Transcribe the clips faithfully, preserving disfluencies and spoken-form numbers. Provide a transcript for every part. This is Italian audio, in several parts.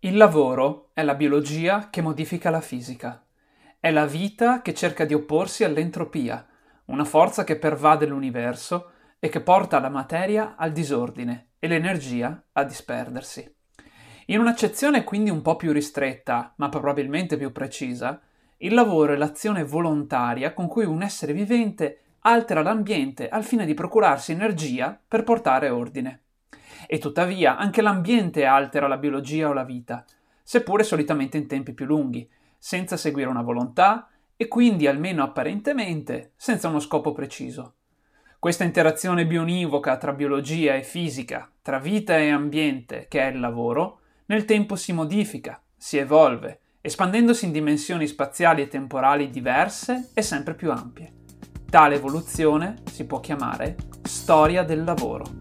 Il lavoro è la biologia che modifica la fisica. È la vita che cerca di opporsi all'entropia, una forza che pervade l'universo e che porta la materia al disordine e l'energia a disperdersi. In un'accezione quindi un po' più ristretta, ma probabilmente più precisa, il lavoro è l'azione volontaria con cui un essere vivente altera l'ambiente al fine di procurarsi energia per portare ordine. E tuttavia anche l'ambiente altera la biologia o la vita, seppure solitamente in tempi più lunghi, senza seguire una volontà e quindi, almeno apparentemente, senza uno scopo preciso. Questa interazione bionivoca tra biologia e fisica, tra vita e ambiente, che è il lavoro, nel tempo si modifica, si evolve, espandendosi in dimensioni spaziali e temporali diverse e sempre più ampie. Tale evoluzione si può chiamare storia del lavoro.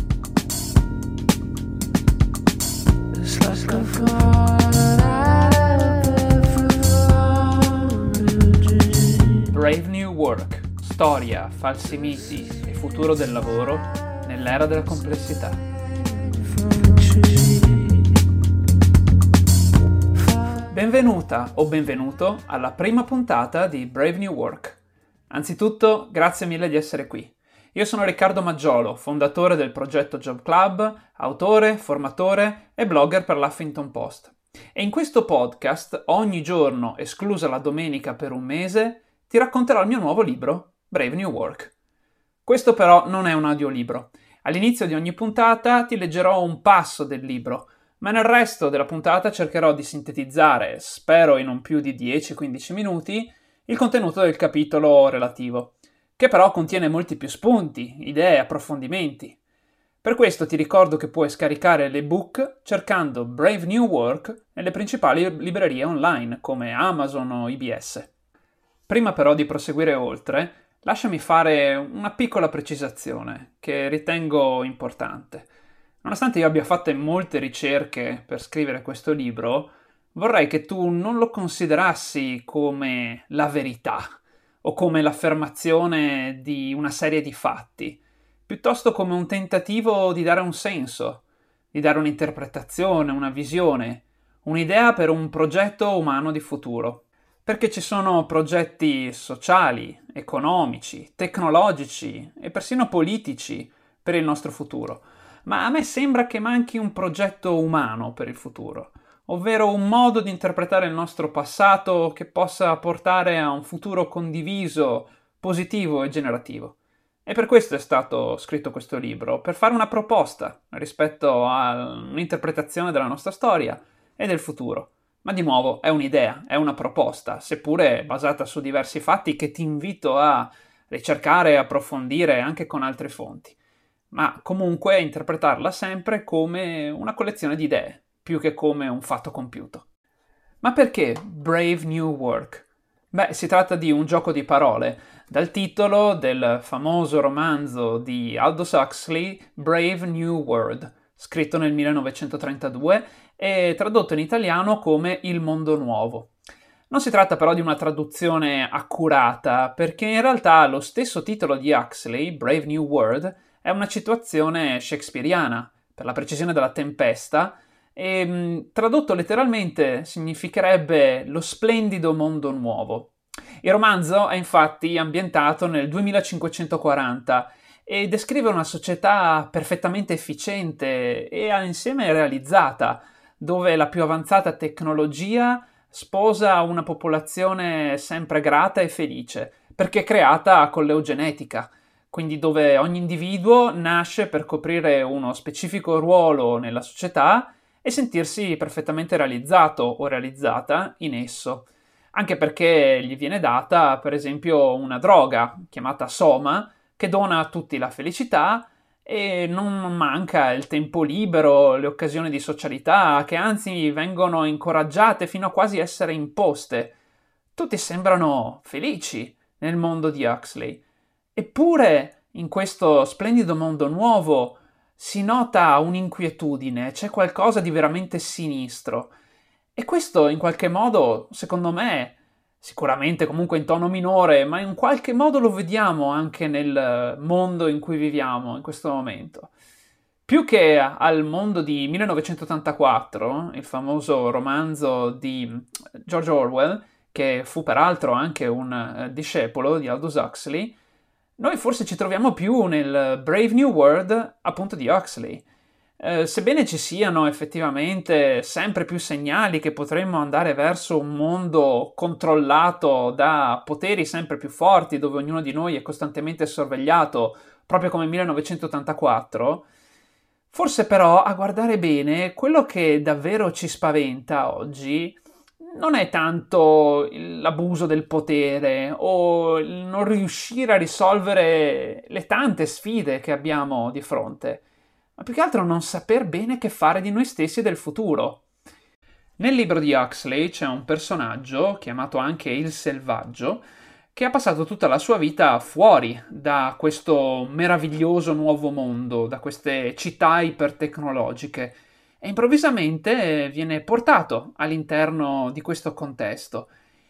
Brave New Work, storia, falsi miti e futuro del lavoro nell'era della complessità. Benvenuta o benvenuto alla prima puntata di Brave New Work. Anzitutto, grazie mille di essere qui. Io sono Riccardo Maggiolo, fondatore del progetto Job Club, autore, formatore e blogger per l'Huffington Post. E in questo podcast, ogni giorno, esclusa la domenica per un mese, ti racconterò il mio nuovo libro, Brave New Work. Questo però non è un audiolibro. All'inizio di ogni puntata ti leggerò un passo del libro, ma nel resto della puntata cercherò di sintetizzare, spero in non più di dieci quindici minuti, il contenuto del capitolo relativo, che però contiene molti più spunti, idee, approfondimenti. Per questo ti ricordo che puoi scaricare l'ebook cercando Brave New Work nelle principali librerie online come Amazon o I B S. Prima però di proseguire oltre, lasciami fare una piccola precisazione che ritengo importante. Nonostante io abbia fatto molte ricerche per scrivere questo libro, vorrei che tu non lo considerassi come la verità o come l'affermazione di una serie di fatti, piuttosto come un tentativo di dare un senso, di dare un'interpretazione, una visione, un'idea per un progetto umano di futuro. Perché ci sono progetti sociali, economici, tecnologici e persino politici per il nostro futuro, ma a me sembra che manchi un progetto umano per il futuro, ovvero un modo di interpretare il nostro passato che possa portare a un futuro condiviso, positivo e generativo. E per questo è stato scritto questo libro, per fare una proposta rispetto a un'interpretazione della nostra storia e del futuro. Ma di nuovo è un'idea, è una proposta, seppure basata su diversi fatti che ti invito a ricercare e approfondire anche con altre fonti. Ma comunque interpretarla sempre come una collezione di idee, più che come un fatto compiuto. Ma perché Brave New Work? Beh, si tratta di un gioco di parole, dal titolo del famoso romanzo di Aldous Huxley, Brave New World, scritto nel millenovecentotrentadue e tradotto in italiano come Il mondo nuovo. Non si tratta però di una traduzione accurata, perché in realtà lo stesso titolo di Huxley, Brave New World, è una citazione shakespeariana, per la precisione della Tempesta, e mh, tradotto letteralmente significherebbe lo splendido mondo nuovo. Il romanzo è infatti ambientato nel duemilacinquecentoquaranta e descrive una società perfettamente efficiente e insieme realizzata, dove la più avanzata tecnologia sposa una popolazione sempre grata e felice, perché è creata con l'eugenetica, quindi dove ogni individuo nasce per coprire uno specifico ruolo nella società e sentirsi perfettamente realizzato o realizzata in esso, anche perché gli viene data, per esempio, una droga chiamata soma, che dona a tutti la felicità e non manca il tempo libero, le occasioni di socialità, che anzi vengono incoraggiate fino a quasi essere imposte. Tutti sembrano felici nel mondo di Huxley. Eppure, in questo splendido mondo nuovo, si nota un'inquietudine, c'è qualcosa di veramente sinistro. E questo, in qualche modo, secondo me, sicuramente comunque in tono minore, ma in qualche modo lo vediamo anche nel mondo in cui viviamo in questo momento. Più che al mondo di millenovecentottantaquattro, il famoso romanzo di George Orwell, che fu peraltro anche un eh, discepolo di Aldous Huxley, noi forse ci troviamo più nel Brave New World, appunto, di Huxley. Eh, sebbene ci siano effettivamente sempre più segnali che potremmo andare verso un mondo controllato da poteri sempre più forti, dove ognuno di noi è costantemente sorvegliato, proprio come millenovecentottantaquattro, forse però, a guardare bene, quello che davvero ci spaventa oggi non è tanto l'abuso del potere o il non riuscire a risolvere le tante sfide che abbiamo di fronte, ma più che altro non saper bene che fare di noi stessi e del futuro. Nel libro di Huxley c'è un personaggio, chiamato anche il Selvaggio, che ha passato tutta la sua vita fuori da questo meraviglioso nuovo mondo, da queste città ipertecnologiche, e improvvisamente viene portato all'interno di questo contesto.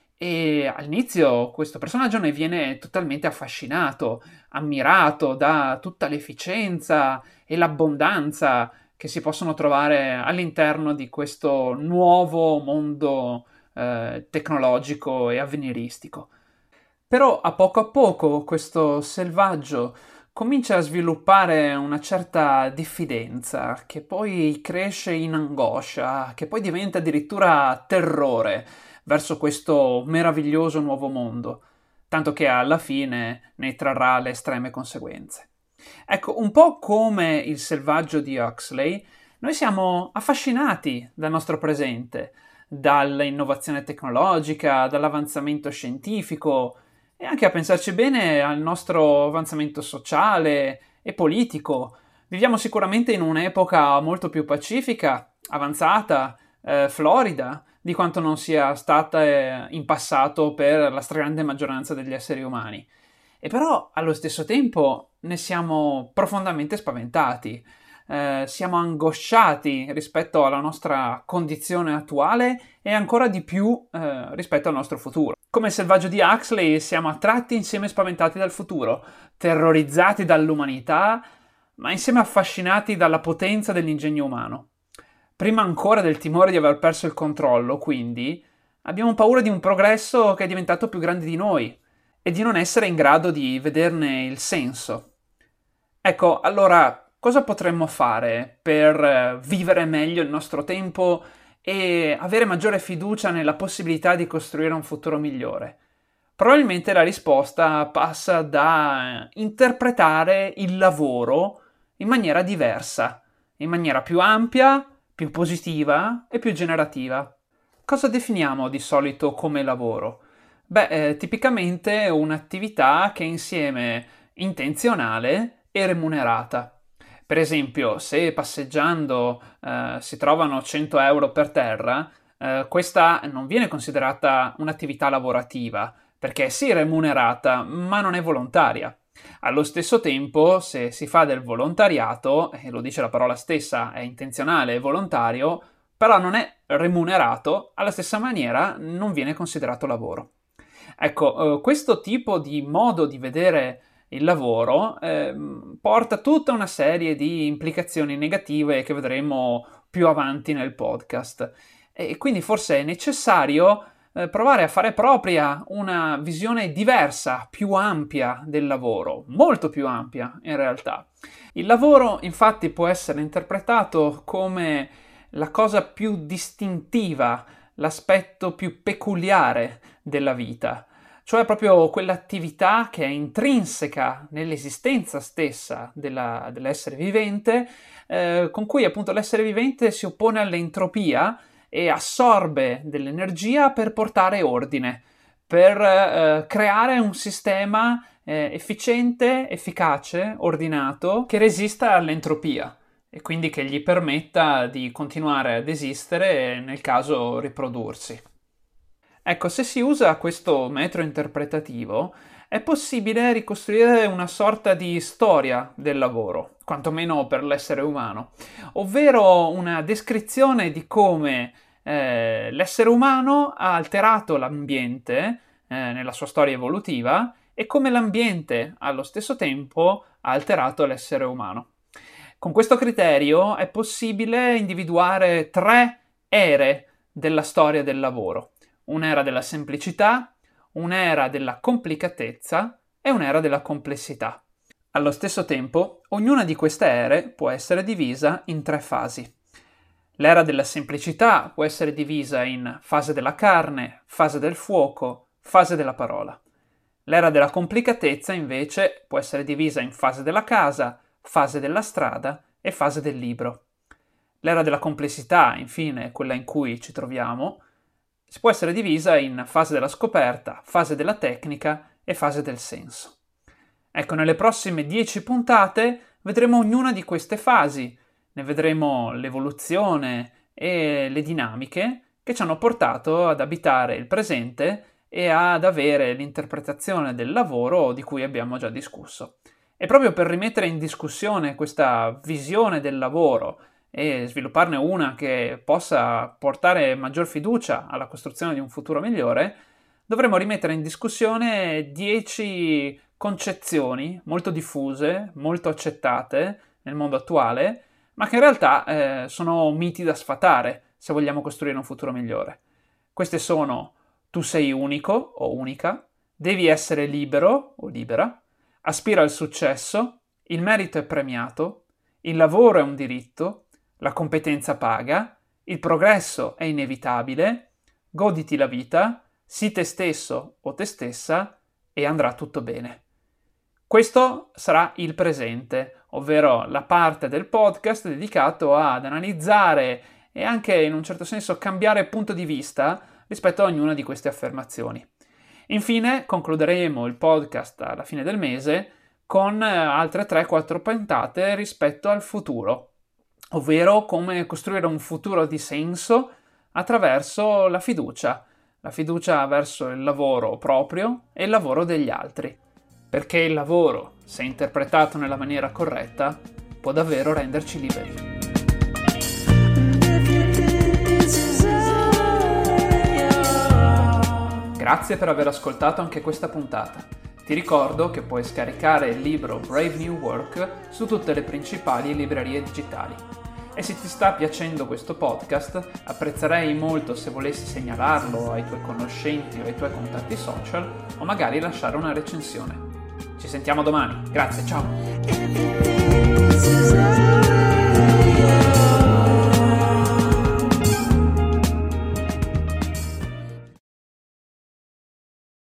E all'inizio questo personaggio ne viene totalmente affascinato, ammirato da tutta l'efficienza e l'abbondanza che si possono trovare all'interno di questo nuovo mondo eh, tecnologico e avveniristico. Però a poco a poco questo selvaggio comincia a sviluppare una certa diffidenza, che poi cresce in angoscia, che poi diventa addirittura terrore verso questo meraviglioso nuovo mondo, tanto che alla fine ne trarrà le estreme conseguenze. Ecco, un po' come il selvaggio di Huxley, noi siamo affascinati dal nostro presente, dall'innovazione tecnologica, dall'avanzamento scientifico e anche, a pensarci bene, al nostro avanzamento sociale e politico. Viviamo sicuramente in un'epoca molto più pacifica, avanzata, eh, florida, di quanto non sia stata eh, in passato per la stragrande maggioranza degli esseri umani. E però allo stesso tempo ne siamo profondamente spaventati, eh, siamo angosciati rispetto alla nostra condizione attuale e ancora di più eh, rispetto al nostro futuro. Come il selvaggio di Huxley siamo attratti insieme spaventati dal futuro, terrorizzati dall'umanità, ma insieme affascinati dalla potenza dell'ingegno umano. Prima ancora del timore di aver perso il controllo, quindi, abbiamo paura di un progresso che è diventato più grande di noi e di non essere in grado di vederne il senso. Ecco, allora, cosa potremmo fare per vivere meglio il nostro tempo e avere maggiore fiducia nella possibilità di costruire un futuro migliore? Probabilmente la risposta passa da interpretare il lavoro in maniera diversa, in maniera più ampia, più positiva e più generativa. Cosa definiamo di solito come lavoro? Beh, eh, tipicamente un'attività che è insieme intenzionale e remunerata. Per esempio, se passeggiando eh, si trovano cento euro per terra, eh, questa non viene considerata un'attività lavorativa, perché è sì remunerata, ma non è volontaria. Allo stesso tempo, se si fa del volontariato, e lo dice la parola stessa, è intenzionale e volontario, però non è remunerato, alla stessa maniera non viene considerato lavoro. Ecco, eh, questo tipo di modo di vedere il lavoro eh, porta tutta una serie di implicazioni negative che vedremo più avanti nel podcast. E quindi forse è necessario eh, provare a fare propria una visione diversa, più ampia del lavoro, molto più ampia in realtà. Il lavoro infatti può essere interpretato come la cosa più distintiva, l'aspetto più peculiare della vita, cioè proprio quell'attività che è intrinseca nell'esistenza stessa della, dell'essere vivente, eh, con cui appunto l'essere vivente si oppone all'entropia e assorbe dell'energia per portare ordine, per eh, creare un sistema eh, efficiente, efficace, ordinato, che resista all'entropia e quindi che gli permetta di continuare ad esistere e nel caso riprodursi. Ecco, se si usa questo metro interpretativo, è possibile ricostruire una sorta di storia del lavoro, quantomeno per l'essere umano, ovvero una descrizione di come eh, l'essere umano ha alterato l'ambiente eh, nella sua storia evolutiva e come l'ambiente allo stesso tempo ha alterato l'essere umano. Con questo criterio è possibile individuare tre ere della storia del lavoro: un'era della semplicità, un'era della complicatezza e un'era della complessità. Allo stesso tempo, ognuna di queste ere può essere divisa in tre fasi. L'era della semplicità può essere divisa in fase della carne, fase del fuoco, fase della parola. L'era della complicatezza, invece, può essere divisa in fase della casa, fase della strada e fase del libro. L'era della complessità, infine, quella in cui ci troviamo, si può essere divisa in fase della scoperta, fase della tecnica e fase del senso. Ecco, nelle prossime dieci puntate vedremo ognuna di queste fasi, ne vedremo l'evoluzione e le dinamiche che ci hanno portato ad abitare il presente e ad avere l'interpretazione del lavoro di cui abbiamo già discusso. E proprio per rimettere in discussione questa visione del lavoro e svilupparne una che possa portare maggior fiducia alla costruzione di un futuro migliore, dovremo rimettere in discussione dieci concezioni molto diffuse, molto accettate nel mondo attuale, ma che in realtà eh, sono miti da sfatare se vogliamo costruire un futuro migliore. Queste sono: tu sei unico o unica, devi essere libero o libera, aspira al successo, il merito è premiato, il lavoro è un diritto, la competenza paga, il progresso è inevitabile, goditi la vita, sii te stesso o te stessa e andrà tutto bene. Questo sarà il presente, ovvero la parte del podcast dedicato ad analizzare e anche in un certo senso cambiare punto di vista rispetto a ognuna di queste affermazioni. Infine concluderemo il podcast alla fine del mese con altre tre quattro puntate rispetto al futuro, ovvero come costruire un futuro di senso attraverso la fiducia, la fiducia verso il lavoro proprio e il lavoro degli altri, perché il lavoro, se interpretato nella maniera corretta, può davvero renderci liberi. Grazie per aver ascoltato anche questa puntata. Ti ricordo che puoi scaricare il libro Brave New Work su tutte le principali librerie digitali. E se ti sta piacendo questo podcast, apprezzerei molto se volessi segnalarlo ai tuoi conoscenti o ai tuoi contatti social o magari lasciare una recensione. Ci sentiamo domani. Grazie, ciao!